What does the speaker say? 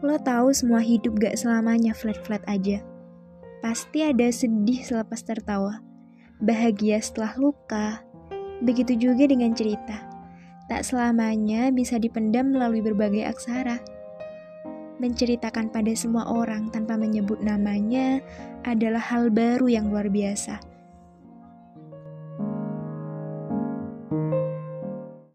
Lo tahu semua hidup gak selamanya flat-flat aja. Pasti ada sedih selepas tertawa, bahagia setelah luka. Begitu juga dengan cerita. Tak selamanya bisa dipendam melalui berbagai aksara. Menceritakan pada semua orang tanpa menyebut namanya adalah hal baru yang luar biasa.